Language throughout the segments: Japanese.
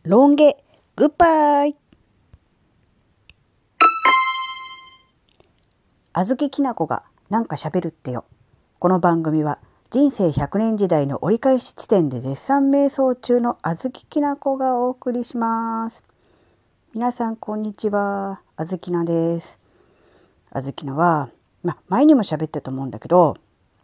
ロン毛、グッバイ。あずききなこがなんか喋るってよ。この番組は人生100年時代の折り返し地点で絶賛瞑想中のあずききなこがお送りします。皆さんこんにちは。あずきなです。あずきなは、前にも喋ったと思うんだけど、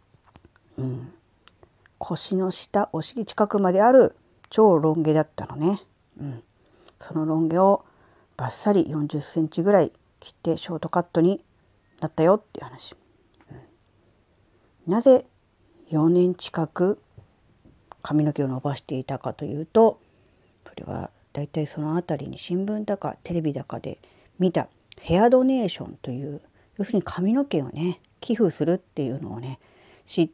腰の下、お尻近くまである超ロン毛だったのね。そのロン毛をバッサリ40センチぐらい切ってショートカットになったよっていう話。なぜ4年近く髪の毛を伸ばしていたかというと、それはだいたいそのあたりに新聞だかテレビだかで見たヘアドネーションという、要するに髪の毛をね寄付するっていうのをね知って、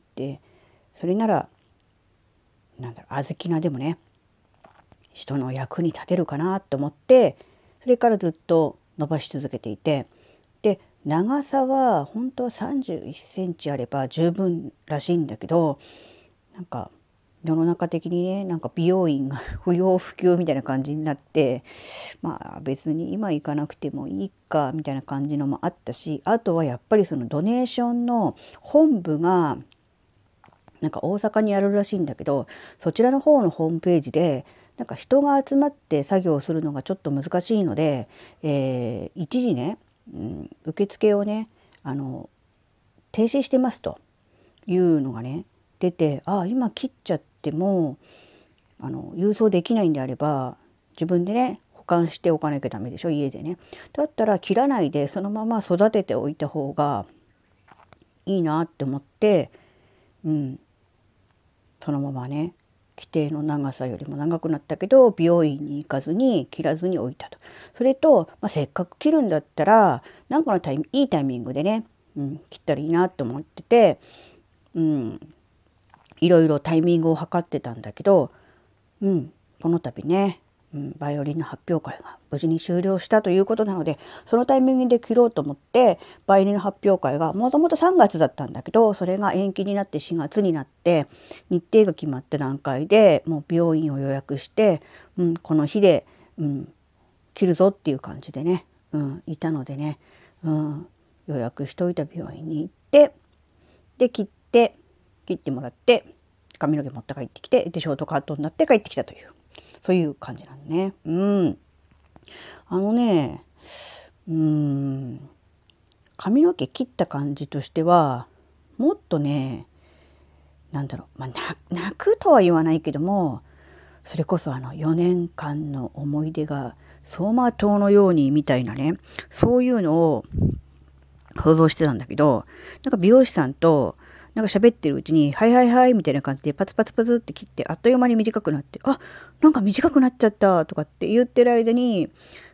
それならあずきなでもね人の役に立てるかなと思って、それからずっと伸ばし続けていて、で長さは本当は31センチあれば十分らしいんだけど、世の中的にね美容院が不要不急みたいな感じになって、別に今行かなくてもいいかみたいな感じのもあったし、あとはやっぱりそのドネーションの本部が大阪にあるらしいんだけど、そちらの方のホームページで人が集まって作業をするのがちょっと難しいので、一時ね、受付をね停止してますというのがね出て、今切っちゃっても郵送できないんであれば自分でね保管しておかなきゃダメでしょ、家でね。だったら切らないでそのまま育てておいた方がいいなって思って、そのままね規定の長さよりも長くなったけど美容院に行かずに切らずに置いたと。それと、せっかく切るんだったらいいタイミングでね、切ったらいいなと思ってて、いろいろタイミングを測ってたんだけど、この度ね、バイオリンの発表会が無事に終了したということなので、そのタイミングで切ろうと思って、バイオリンの発表会がもともと3月だったんだけど、それが延期になって4月になって、日程が決まった段階でもう美容院を予約して、この日で、切るぞっていう感じでね、いたのでね、予約しといた美容院に行って、で切ってもらって、髪の毛持って帰ってきて、でショートカットになって帰ってきたという、そういう感じなのね。髪の毛切った感じとしては、もっとね、泣くとは言わないけども、それこそ4年間の思い出が走馬灯のようにみたいなね、そういうのを想像してたんだけど、美容師さんと喋ってるうちに、はいはいはいみたいな感じでパツパツパツって切って、あっという間に短くなって、短くなっちゃったとかって言ってる間に、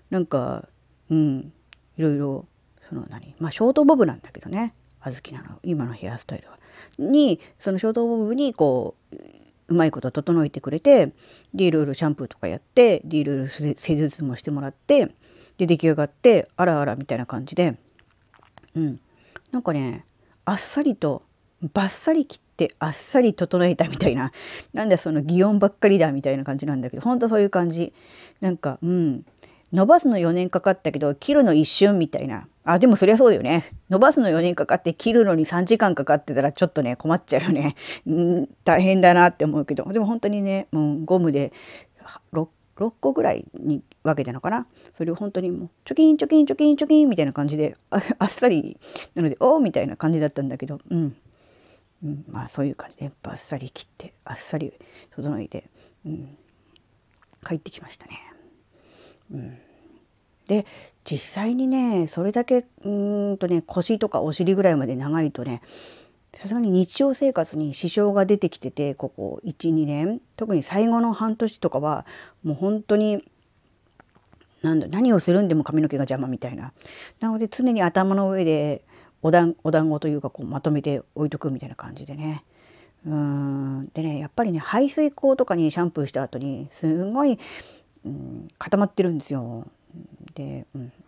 いろいろ、ショートボブなんだけどね、あずきなの、今のヘアスタイルは。そのショートボブにうまいこと整えてくれて、で、いろいろシャンプーとかやって、で、いろいろ施術もしてもらって、で、出来上がって、あらあらみたいな感じで、あっさりと、バッサリ切ってあっさり整えたみたいな、その擬音ばっかりだみたいな感じなんだけど、ほんとそういう感じ。伸ばすの4年かかったけど、切るの一瞬みたいな。でもそりゃそうだよね。伸ばすの4年かかって切るのに3時間かかってたらちょっとね、困っちゃうよね。大変だなって思うけど、でも本当にね、ゴムで6個ぐらいに分けたのかな。それを本当にもう、チョキンチョキンチョキンチョキンみたいな感じで、あっさり、なので、おーみたいな感じだったんだけど、そういう感じで、バッサリ切って、あっさり整えて、帰ってきましたね。で、実際にね、それだけ、腰とかお尻ぐらいまで長いとね、さすがに日常生活に支障が出てきてて、ここ1、2年、特に最後の半年とかは、もう本当に、何をするんでも髪の毛が邪魔みたいな。なので常に頭の上でお団子というかまとめて置いとくみたいな感じでね。でね、やっぱりね、排水口とかにシャンプーした後に、すごい、固まってるんですよ。で、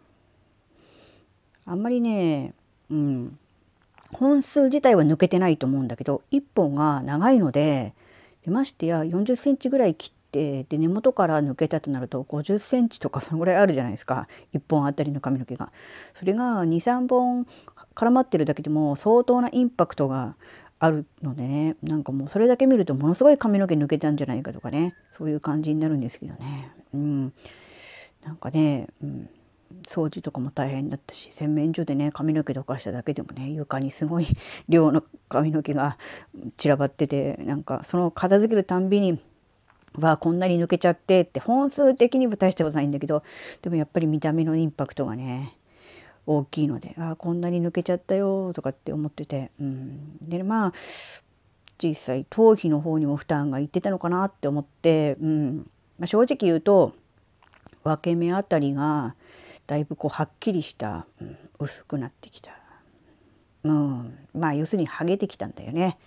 あんまりね、本数自体は抜けてないと思うんだけど、1本が長いので、ましてや40センチぐらい切っで根元から抜けたとなると50センチとかそのぐらいあるじゃないですか、1本あたりの髪の毛が。それが2、3本絡まってるだけでも相当なインパクトがあるのでね、なんかもうそれだけ見るとものすごい髪の毛抜けたんじゃないかとかね、そういう感じになるんですけどね。なんかね、掃除とかも大変だったし、洗面所でね髪の毛とかしただけでもね、床にすごい量の髪の毛が散らばってて、なんかその片付けるたんびにこんなに抜けちゃってって、本数的には大したことないんだけど、でもやっぱり見た目のインパクトがね大きいので、こんなに抜けちゃったよとかって思ってて、で実際頭皮の方にも負担がいってたのかなって思って、正直言うと分け目あたりがだいぶこうはっきりした、薄くなってきた、要するに剥げてきたんだよね。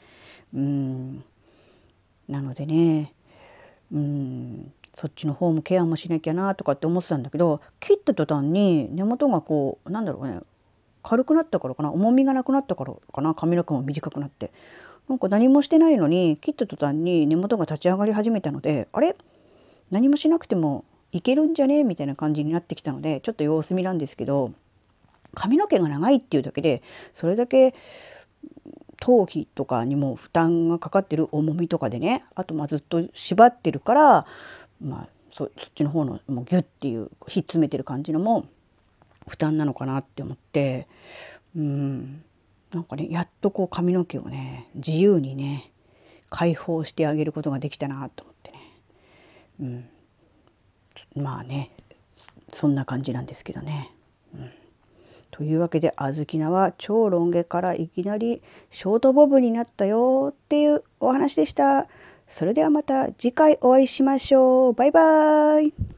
なのでね、そっちの方もケアもしなきゃなとかって思ってたんだけど、切った途端に根元がこうなんだろうね、軽くなったからかな、重みがなくなったからかな、髪の毛も短くなって、なんか何もしてないのに切った途端に根元が立ち上がり始めたので、あれ、何もしなくてもいけるんじゃねみたいな感じになってきたので、ちょっと様子見なんですけど、髪の毛が長いっていうだけでそれだけ頭皮とかにも負担がかかってる、重みとかでね、あとずっと縛ってるから、そっちの方のもうギュッっていうひっつめてる感じのも負担なのかなって思って、なんかね、やっとこう髪の毛をね自由にね解放してあげることができたなと思ってね。そんな感じなんですけどね。というわけで、あずきなは超ロン毛からいきなりショートボブになったよっていうお話でした。それではまた次回お会いしましょう。バイバーイ。